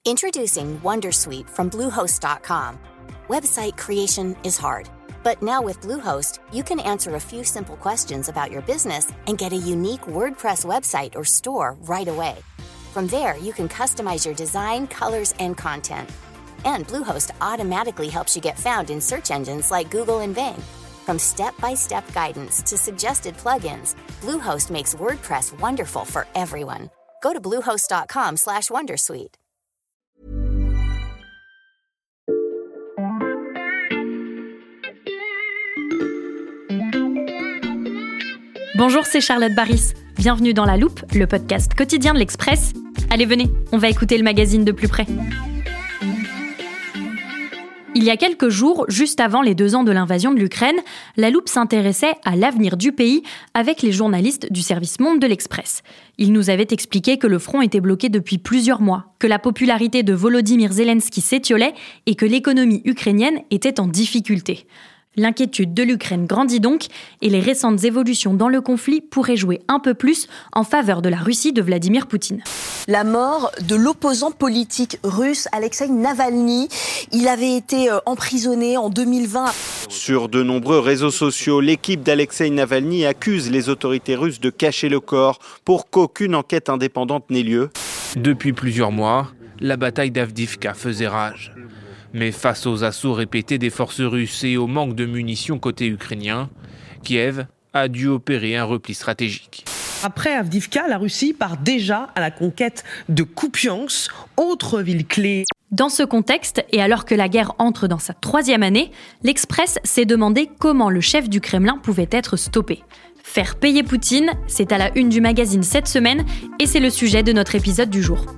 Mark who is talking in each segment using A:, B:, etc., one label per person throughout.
A: Introducing Wondersuite from Bluehost.com. Website creation is hard, but now with Bluehost, you can answer a few simple questions about your business and get a unique WordPress website or store right away. From there, you can customize your design, colors, and content. And Bluehost automatically helps you get found in search engines like Google and Bing. From step-by-step guidance to suggested plugins, Bluehost makes WordPress wonderful for everyone. Go to bluehost.com/wondersuite.
B: Bonjour, c'est Charlotte Baris. Bienvenue dans La Loupe, le podcast quotidien de l'Express. Allez, venez, on va écouter le magazine de plus près. Il y a quelques jours, juste avant les 2 ans de l'invasion de l'Ukraine, La Loupe s'intéressait à l'avenir du pays avec les journalistes du service Monde de l'Express. Ils nous avaient expliqué que le front était bloqué depuis plusieurs mois, que la popularité de Volodymyr Zelensky s'étiolait et que l'économie ukrainienne était en difficulté. L'inquiétude de l'Ukraine grandit donc et les récentes évolutions dans le conflit pourraient jouer un peu plus en faveur de la Russie de Vladimir Poutine.
C: La mort de l'opposant politique russe Alexeï Navalny. Il avait été emprisonné en 2020.
D: Sur de nombreux réseaux sociaux, l'équipe d'Alexeï Navalny accuse les autorités russes de cacher le corps pour qu'aucune enquête indépendante n'ait lieu.
E: Depuis plusieurs mois, la bataille d'Avdiivka faisait rage. Mais face aux assauts répétés des forces russes et au manque de munitions côté ukrainien, Kiev a dû opérer un repli stratégique.
F: Après Avdiivka, la Russie part déjà à la conquête de Kupiansk, autre ville clé.
B: Dans ce contexte, et alors que la guerre entre dans sa 3e année, l'Express s'est demandé comment le chef du Kremlin pouvait être stoppé. Faire payer Poutine, c'est à la une du magazine cette semaine, et c'est le sujet de notre épisode du jour.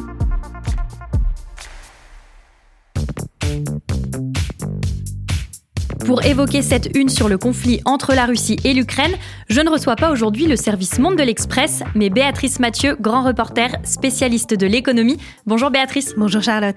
B: Pour évoquer cette une sur le conflit entre la Russie et l'Ukraine, je ne reçois pas aujourd'hui le service Monde de l'Express, mais Béatrice Mathieu, grand reporter, spécialiste de l'économie. Bonjour Béatrice.
G: Bonjour Charlotte.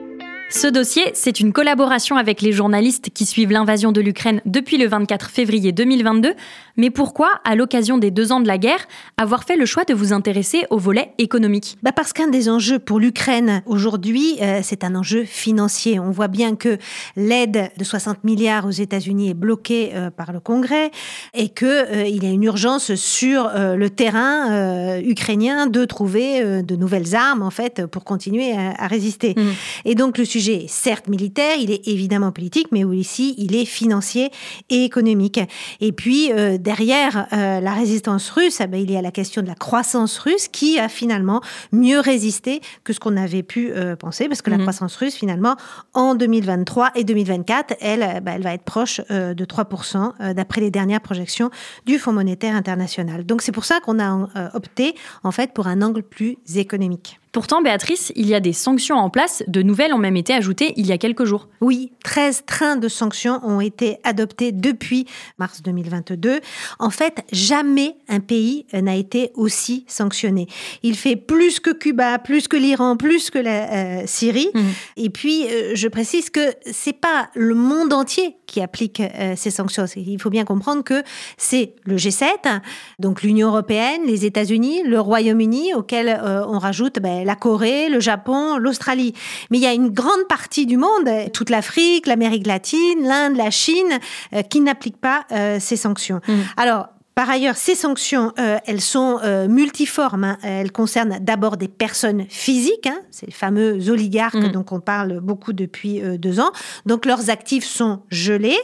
B: Ce dossier, c'est une collaboration avec les journalistes qui suivent l'invasion de l'Ukraine depuis le 24 février 2022. Mais pourquoi, à l'occasion des 2 ans de la guerre, avoir fait le choix de vous intéresser au volet économique ?
G: Parce qu'un des enjeux pour l'Ukraine aujourd'hui, c'est un enjeu financier. On voit bien que l'aide de 60 milliards aux États-Unis est bloquée par le Congrès et qu'il y a une urgence sur le terrain ukrainien de trouver de nouvelles armes en fait pour continuer à résister. Et donc le sujet est certes militaire, il est évidemment politique, mais aussi il est financier et économique. Et puis derrière la résistance russe, il y a la question de la croissance russe qui a finalement mieux résisté que ce qu'on avait pu penser, parce que la croissance russe finalement en 2023 et 2024, elle va être proche de 3% d'après les dernières projections du Fonds monétaire international. Donc c'est pour ça qu'on a opté en fait pour un angle plus économique.
B: Pourtant, Béatrice, il y a des sanctions en place. De nouvelles ont même été ajoutées il y a quelques jours.
G: Oui, 13 trains de sanctions ont été adoptés depuis mars 2022. En fait, jamais un pays n'a été aussi sanctionné. Il fait plus que Cuba, plus que l'Iran, plus que la Syrie. Et puis, je précise que c'est pas le monde entier qui applique ces sanctions. Il faut bien comprendre que c'est le G7, donc l'Union européenne, les États-Unis, le Royaume-Uni, auquel on rajoute la Corée, le Japon, l'Australie. Mais il y a une grande partie du monde, toute l'Afrique, l'Amérique latine, l'Inde, la Chine, qui n'appliquent pas ces sanctions. Alors, par ailleurs, ces sanctions, elles sont multiformes. Elles concernent d'abord des personnes physiques, c'est les fameux oligarques dont on parle beaucoup depuis 2 ans. Donc, leurs actifs sont gelés.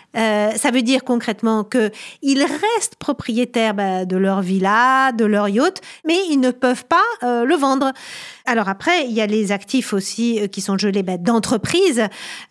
G: Ça veut dire concrètement qu'ils restent propriétaires de leur villa, de leur yacht, mais ils ne peuvent pas le vendre. Alors après, il y a les actifs aussi qui sont gelés d'entreprises.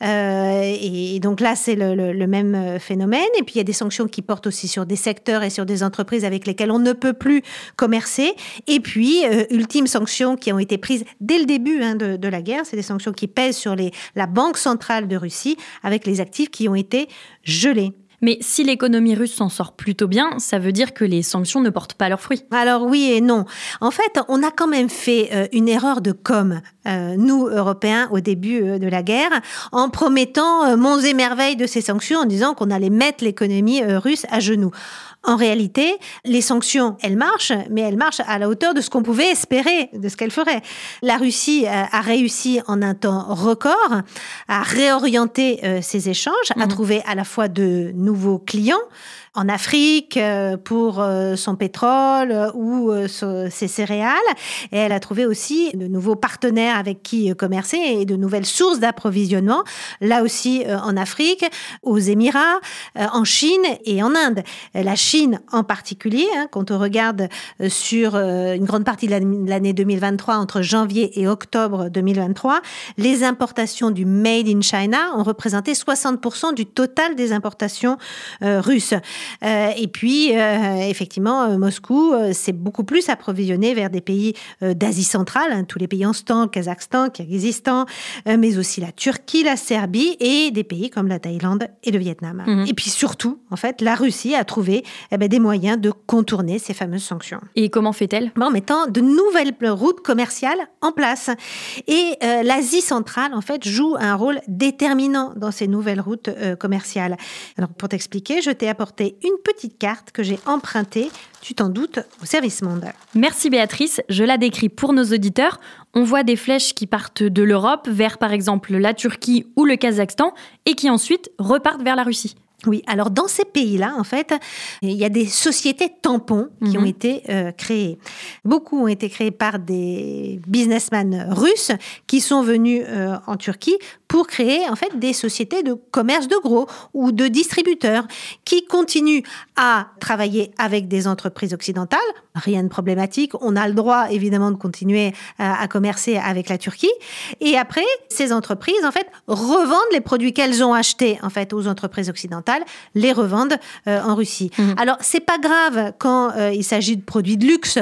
G: Et donc là, c'est le même phénomène. Et puis, il y a des sanctions qui portent aussi sur des secteurs et sur des entreprises avec lesquelles on ne peut plus commercer. Et puis, ultimes sanctions qui ont été prises dès le début de la guerre. C'est des sanctions qui pèsent sur la Banque centrale de Russie avec les actifs qui ont été gelés.
B: Mais si l'économie russe s'en sort plutôt bien, ça veut dire que les sanctions ne portent pas leurs fruits.
G: Alors oui et non. En fait, on a quand même fait une erreur de com nous, Européens, au début de la guerre, en promettant monts et merveilles de ces sanctions, en disant qu'on allait mettre l'économie russe à genoux. En réalité, les sanctions, elles marchent, mais elles marchent à la hauteur de ce qu'on pouvait espérer de ce qu'elles feraient. La Russie a réussi en un temps record à réorienter ses échanges, à trouver à la fois de nouveaux clients, en Afrique pour son pétrole ou ses céréales. Et elle a trouvé aussi de nouveaux partenaires avec qui commercer et de nouvelles sources d'approvisionnement, là aussi en Afrique, aux Émirats, en Chine et en Inde. La Chine en particulier, quand on regarde sur une grande partie de l'année 2023, entre janvier et octobre 2023, les importations du Made in China ont représenté 60% du total des importations russes. Et puis, effectivement, Moscou s'est beaucoup plus approvisionné vers des pays d'Asie centrale, tous les pays en stand, Kazakhstan, Kirghizistan, mais aussi la Turquie, la Serbie et des pays comme la Thaïlande et le Vietnam. Et puis surtout, en fait, la Russie a trouvé des moyens de contourner ces fameuses sanctions.
B: Et comment fait-elle ?
G: En mettant de nouvelles routes commerciales en place. Et l'Asie centrale, en fait, joue un rôle déterminant dans ces nouvelles routes commerciales. Alors, pour t'expliquer, je t'ai apporté une petite carte que j'ai empruntée, tu t'en doutes, au Service Monde.
B: Merci Béatrice, je la décris pour nos auditeurs. On voit des flèches qui partent de l'Europe vers par exemple la Turquie ou le Kazakhstan et qui ensuite repartent vers la Russie.
G: Oui, alors dans ces pays-là, en fait, il y a des sociétés tampons qui ont été créées. Beaucoup ont été créées par des businessmen russes qui sont venus en Turquie pour créer en fait des sociétés de commerce de gros ou de distributeurs qui continuent à travailler avec des entreprises occidentales. Rien de problématique. On a le droit, évidemment, de continuer à commercer avec la Turquie. Et après, ces entreprises, en fait, revendent les produits qu'elles ont achetés, en fait, aux entreprises occidentales, les revendent en Russie. Alors, c'est pas grave quand il s'agit de produits de luxe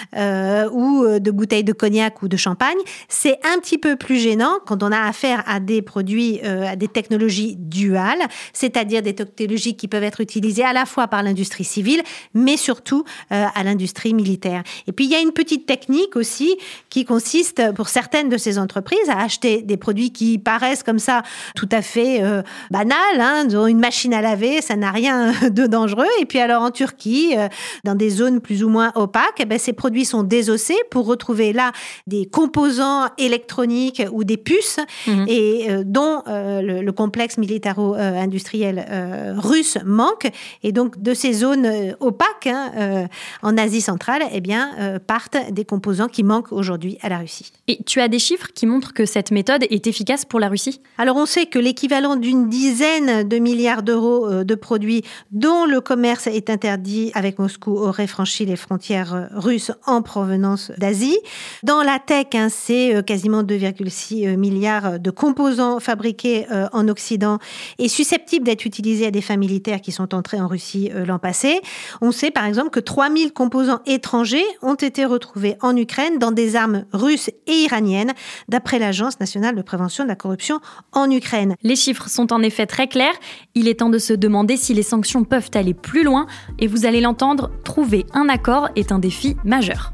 G: ou de bouteilles de cognac ou de champagne. C'est un petit peu plus gênant quand on a affaire à des produits, à des technologies duales, c'est-à-dire des technologies qui peuvent être utilisées à la fois par l'industrie civile, mais surtout à l'industrie militaire. Et puis, il y a une petite technique aussi qui consiste, pour certaines de ces entreprises, à acheter des produits qui paraissent comme ça tout à fait banals, dont une machine à laver, ça n'a rien de dangereux. Et puis alors en Turquie, dans des zones plus ou moins opaques, ces produits sont désossés pour retrouver là des composants électroniques ou des puces et dont le complexe militaro-industriel russe manque. Et donc de ces zones opaques en Asie centrale, partent des composants qui manquent aujourd'hui à la Russie.
B: Et tu as des chiffres qui montrent que cette méthode est efficace pour la Russie ?
G: Alors on sait que l'équivalent d'une dizaine de milliards d'euros de produits dont le commerce est interdit avec Moscou aurait franchi les frontières russes en provenance d'Asie. Dans la tech, c'est quasiment 2,6 milliards de composants fabriqués en Occident et susceptibles d'être utilisés à des fins militaires qui sont entrés en Russie l'an passé. On sait par exemple que 3000 composants étrangers ont été retrouvés en Ukraine dans des armes russes et iraniennes, d'après l'Agence nationale de prévention de la corruption en Ukraine.
B: Les chiffres sont en effet très clairs. Il est temps de se demander si les sanctions peuvent aller plus loin. Et vous allez l'entendre, trouver un accord est un défi majeur.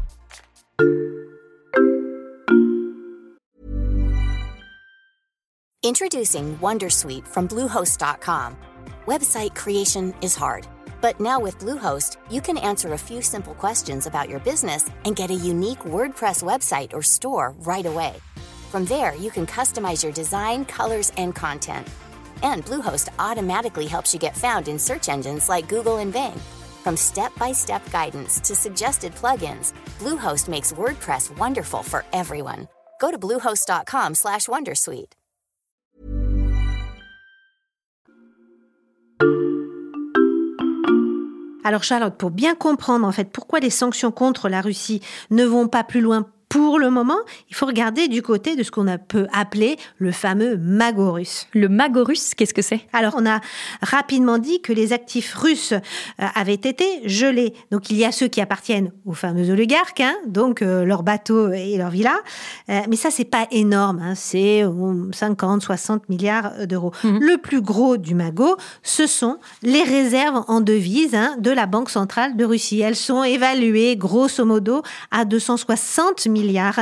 A: Introducing Wondersuite from Bluehost.com. Website creation is hard, but now with Bluehost, you can answer a few simple questions about your business and get a unique WordPress website or store right away. From there, you can customize your design, colors, and content. And Bluehost automatically helps you get found in search engines like Google and Bing. From step-by-step guidance to suggested plugins, Bluehost makes WordPress wonderful for everyone. Go to bluehost.com/wondersuite.
G: Alors Charlotte, pour bien comprendre en fait pourquoi les sanctions contre la Russie ne vont pas plus loin pour le moment, il faut regarder du côté de ce qu'on peut appeler le fameux magot russe.
B: Le magot russe, qu'est-ce que c'est ?
G: Alors, on a rapidement dit que les actifs russes avaient été gelés. Donc, il y a ceux qui appartiennent aux fameux oligarques, donc leurs bateaux et leurs villas. Mais ça, c'est pas énorme, c'est 50, 60 milliards d'euros. Le plus gros du magot, ce sont les réserves en devises de la Banque centrale de Russie. Elles sont évaluées, grosso modo, à 260 milliards milliards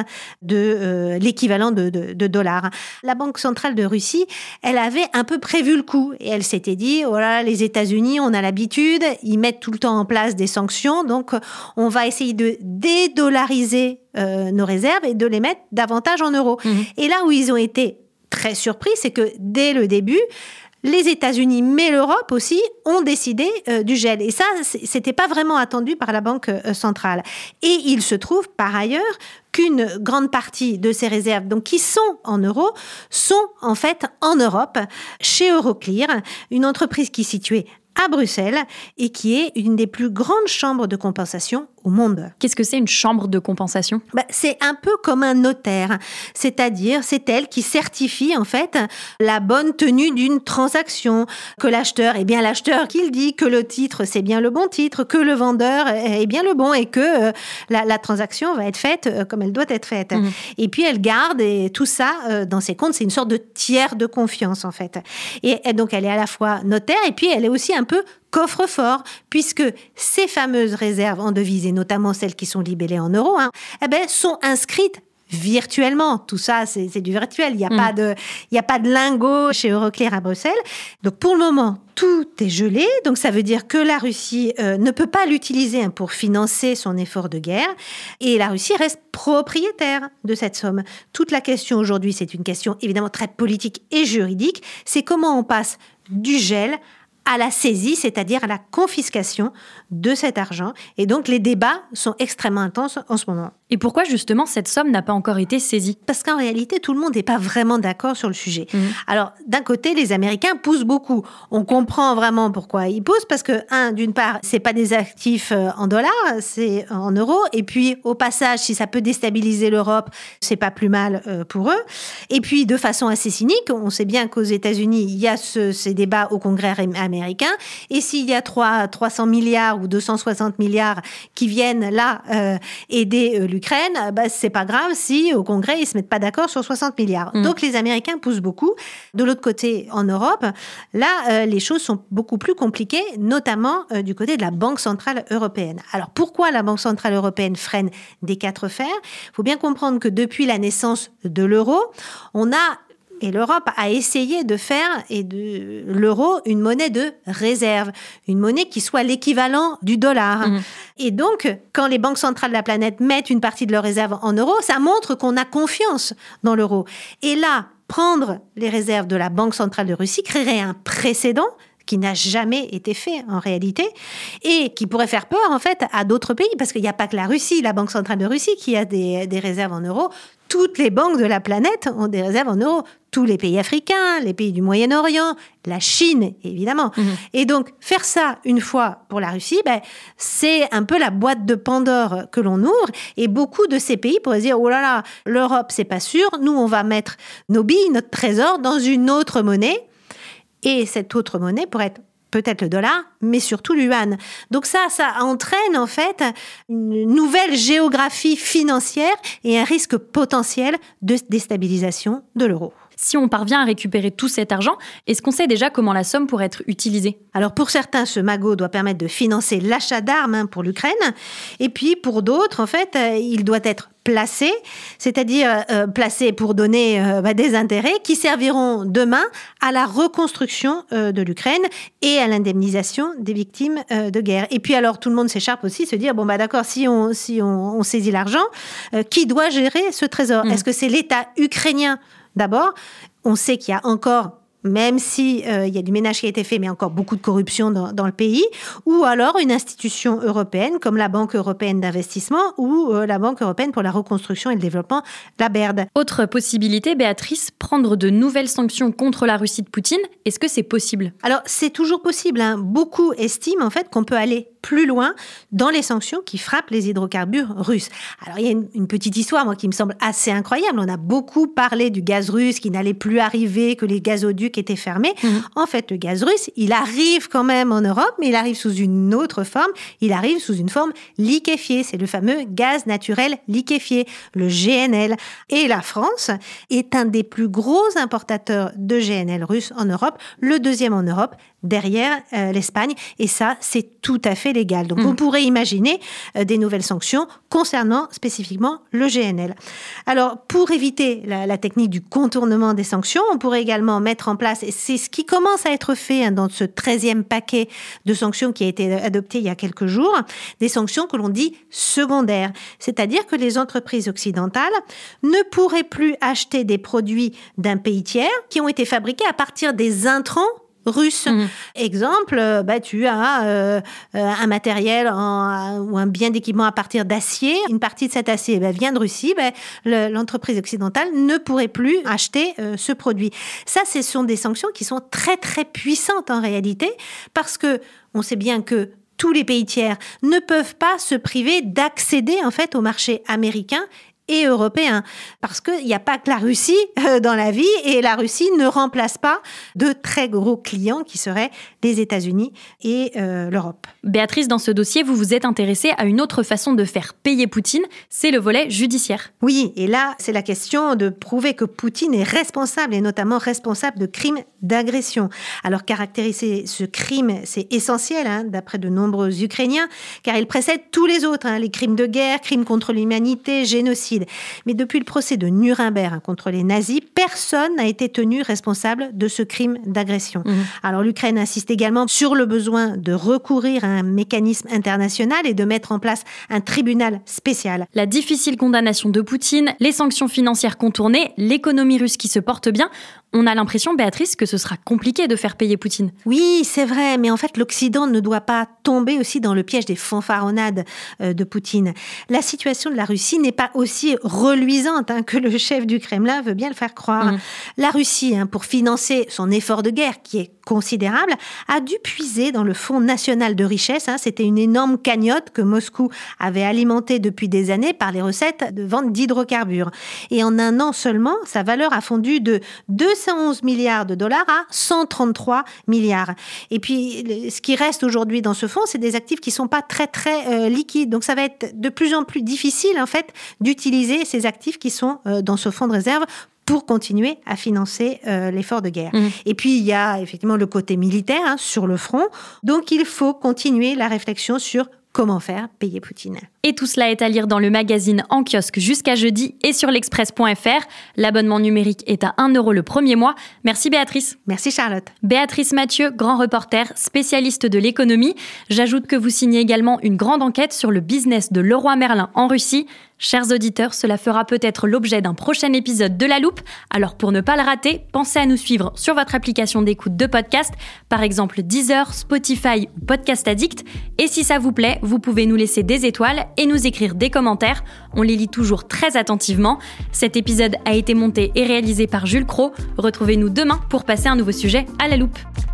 G: de l'équivalent de dollars. La Banque centrale de Russie, elle avait un peu prévu le coup et elle s'était dit, voilà, les États-Unis, on a l'habitude, ils mettent tout le temps en place des sanctions, donc on va essayer de dédollariser nos réserves et de les mettre davantage en euros. Et là où ils ont été très surpris, c'est que dès le début, les États-Unis, mais l'Europe aussi, ont décidé du gel. Et ça, c'était pas vraiment attendu par la Banque centrale. Et il se trouve, par ailleurs, qu'une grande partie de ces réserves, donc qui sont en euros, sont en fait en Europe, chez Euroclear, une entreprise qui est située à Bruxelles et qui est une des plus grandes chambres de compensation au monde.
B: Qu'est-ce que c'est une chambre de compensation ?
G: C'est un peu comme un notaire, c'est-à-dire c'est elle qui certifie en fait la bonne tenue d'une transaction, que l'acheteur est bien l'acheteur qu'il dit, que le titre c'est bien le bon titre, que le vendeur est bien le bon et que la transaction va être faite comme elle doit être faite. Et puis elle garde tout ça dans ses comptes, c'est une sorte de tiers de confiance en fait. Et donc elle est à la fois notaire et puis elle est aussi un peu coffre-fort, puisque ces fameuses réserves en devises, et notamment celles qui sont libellées en euros, sont inscrites virtuellement. Tout ça, c'est du virtuel. Il n'y a pas de lingot chez Euroclear à Bruxelles. Donc, pour le moment, tout est gelé. Donc, ça veut dire que la Russie ne peut pas l'utiliser pour financer son effort de guerre. Et la Russie reste propriétaire de cette somme. Toute la question aujourd'hui, c'est une question évidemment très politique et juridique. C'est comment on passe du gel à la saisie, c'est-à-dire à la confiscation de cet argent. Et donc, les débats sont extrêmement intenses en ce moment.
B: Et pourquoi, justement, cette somme n'a pas encore été saisie ?
G: Parce qu'en réalité, tout le monde n'est pas vraiment d'accord sur le sujet. Alors, d'un côté, les Américains poussent beaucoup. On comprend vraiment pourquoi ils poussent, parce que, d'une part, c'est pas des actifs en dollars, c'est en euros. Et puis, au passage, si ça peut déstabiliser l'Europe, c'est pas plus mal pour eux. Et puis, de façon assez cynique, on sait bien qu'aux États-Unis, il y a ces débats au Congrès américain. Et s'il y a 300 milliards ou 260 milliards qui viennent là aider l'Ukraine, c'est pas grave si au Congrès ils se mettent pas d'accord sur 60 milliards. Donc les Américains poussent beaucoup. De l'autre côté, en Europe, là les choses sont beaucoup plus compliquées, notamment du côté de la Banque centrale européenne. Alors pourquoi la Banque centrale européenne freine des quatre fers ? Il faut bien comprendre que depuis la naissance de l'euro, et l'Europe a essayé de faire de l'euro une monnaie de réserve, une monnaie qui soit l'équivalent du dollar. Et donc, quand les banques centrales de la planète mettent une partie de leurs réserves en euros, ça montre qu'on a confiance dans l'euro. Et là, prendre les réserves de la Banque centrale de Russie créerait un précédent qui n'a jamais été fait en réalité et qui pourrait faire peur en fait à d'autres pays, parce qu'il n'y a pas que la Russie, la Banque centrale de Russie qui a des réserves en euros. Toutes les banques de la planète ont des réserves en euros. Tous les pays africains, les pays du Moyen-Orient, la Chine, évidemment. Et donc, faire ça une fois pour la Russie, c'est un peu la boîte de Pandore que l'on ouvre. Et beaucoup de ces pays pourraient se dire, oh là là, l'Europe, c'est pas sûr. Nous, on va mettre nos billes, notre trésor dans une autre monnaie. Et cette autre monnaie pourrait être peut-être le dollar, mais surtout l'yuan. Donc ça entraîne en fait une nouvelle géographie financière et un risque potentiel de déstabilisation de l'euro.
B: Si on parvient à récupérer tout cet argent, est-ce qu'on sait déjà comment la somme pourrait être utilisée ?
G: Alors pour certains, ce magot doit permettre de financer l'achat d'armes pour l'Ukraine. Et puis pour d'autres, en fait, il doit être placé, c'est-à-dire placé pour donner des intérêts qui serviront demain à la reconstruction de l'Ukraine et à l'indemnisation des victimes de guerre. Et puis alors tout le monde s'écharpe aussi, se dire d'accord, si on saisit l'argent, qui doit gérer ce trésor ? Est-ce que c'est l'État ukrainien ? D'abord, on sait qu'il y a encore, même si il y a du ménage qui a été fait, mais encore beaucoup de corruption dans le pays, ou alors une institution européenne comme la Banque européenne d'investissement ou la Banque européenne pour la reconstruction et le développement, la BERD.
B: Autre possibilité, Béatrice, prendre de nouvelles sanctions contre la Russie de Poutine. Est-ce que c'est possible ?
G: Alors, c'est toujours possible. Beaucoup estiment en fait qu'on peut aller plus loin dans les sanctions qui frappent les hydrocarbures russes. Alors, il y a une petite histoire, qui me semble assez incroyable. On a beaucoup parlé du gaz russe qui n'allait plus arriver, que les gazoducs étaient fermés. En fait, le gaz russe, il arrive quand même en Europe, mais il arrive sous une autre forme. Il arrive sous une forme liquéfiée. C'est le fameux gaz naturel liquéfié, le GNL. Et la France est un des plus gros importateurs de GNL russe en Europe, le deuxième en Europe, derrière l'Espagne. Et ça, c'est tout à fait légal. Donc, on pourrait imaginer des nouvelles sanctions concernant spécifiquement le GNL. Alors, pour éviter la technique du contournement des sanctions, on pourrait également mettre en place, et c'est ce qui commence à être fait dans ce 13e paquet de sanctions qui a été adopté il y a quelques jours, des sanctions que l'on dit secondaires. C'est-à-dire que les entreprises occidentales ne pourraient plus acheter des produits d'un pays tiers qui ont été fabriqués à partir des intrants russes. Exemple, tu as un matériel ou un bien d'équipement à partir d'acier. Une partie de cet acier vient de Russie. L'entreprise occidentale ne pourrait plus acheter ce produit. Ça, ce sont des sanctions qui sont très, très puissantes en réalité, parce que on sait bien que tous les pays tiers ne peuvent pas se priver d'accéder en fait au marché américain et européen. Parce qu'il n'y a pas que la Russie dans la vie, et la Russie ne remplace pas de très gros clients qui seraient les États-Unis et l'Europe.
B: Béatrice, dans ce dossier, vous vous êtes intéressée à une autre façon de faire payer Poutine, c'est le volet judiciaire.
G: Oui, et là, c'est la question de prouver que Poutine est responsable, et notamment responsable de crimes d'agression. Alors, caractériser ce crime, c'est essentiel, d'après de nombreux Ukrainiens, car il précède tous les autres, les crimes de guerre, crimes contre l'humanité, génocide. Mais depuis le procès de Nuremberg contre les nazis, personne n'a été tenu responsable de ce crime d'agression. Alors l'Ukraine insiste également sur le besoin de recourir à un mécanisme international et de mettre en place un tribunal spécial.
B: La difficile condamnation de Poutine, les sanctions financières contournées, l'économie russe qui se porte bien, on a l'impression, Béatrice, que ce sera compliqué de faire payer Poutine.
G: Oui, c'est vrai, mais en fait, l'Occident ne doit pas tomber aussi dans le piège des fanfaronnades de Poutine. La situation de la Russie n'est pas aussi reluisante que le chef du Kremlin veut bien le faire croire. La Russie, pour financer son effort de guerre, qui est considérable, a dû puiser dans le Fonds national de richesse. C'était une énorme cagnotte que Moscou avait alimentée depuis des années par les recettes de vente d'hydrocarbures. Et en un an seulement, sa valeur a fondu de 211 milliards de dollars à 133 milliards. Et puis, ce qui reste aujourd'hui dans ce fonds, c'est des actifs qui ne sont pas très, très liquides. Donc, ça va être de plus en plus difficile, en fait, d'utiliser ces actifs qui sont dans ce fonds de réserve pour continuer à financer l'effort de guerre. Et puis, il y a effectivement le côté militaire sur le front. Donc, il faut continuer la réflexion sur comment faire payer Poutine.
B: Et tout cela est à lire dans le magazine en kiosque jusqu'à jeudi et sur l'express.fr. L'abonnement numérique est à 1 € le premier mois. Merci Béatrice.
G: Merci Charlotte.
B: Béatrice Mathieu, grand reporter, spécialiste de l'économie. J'ajoute que vous signez également une grande enquête sur le business de Leroy Merlin en Russie. Chers auditeurs, cela fera peut-être l'objet d'un prochain épisode de La Loupe. Alors pour ne pas le rater, pensez à nous suivre sur votre application d'écoute de podcast, par exemple Deezer, Spotify ou Podcast Addict. Et si ça vous plaît, vous pouvez nous laisser des étoiles et nous écrire des commentaires. On les lit toujours très attentivement. Cet épisode a été monté et réalisé par Jules Cros. Retrouvez-nous demain pour passer un nouveau sujet à La Loupe.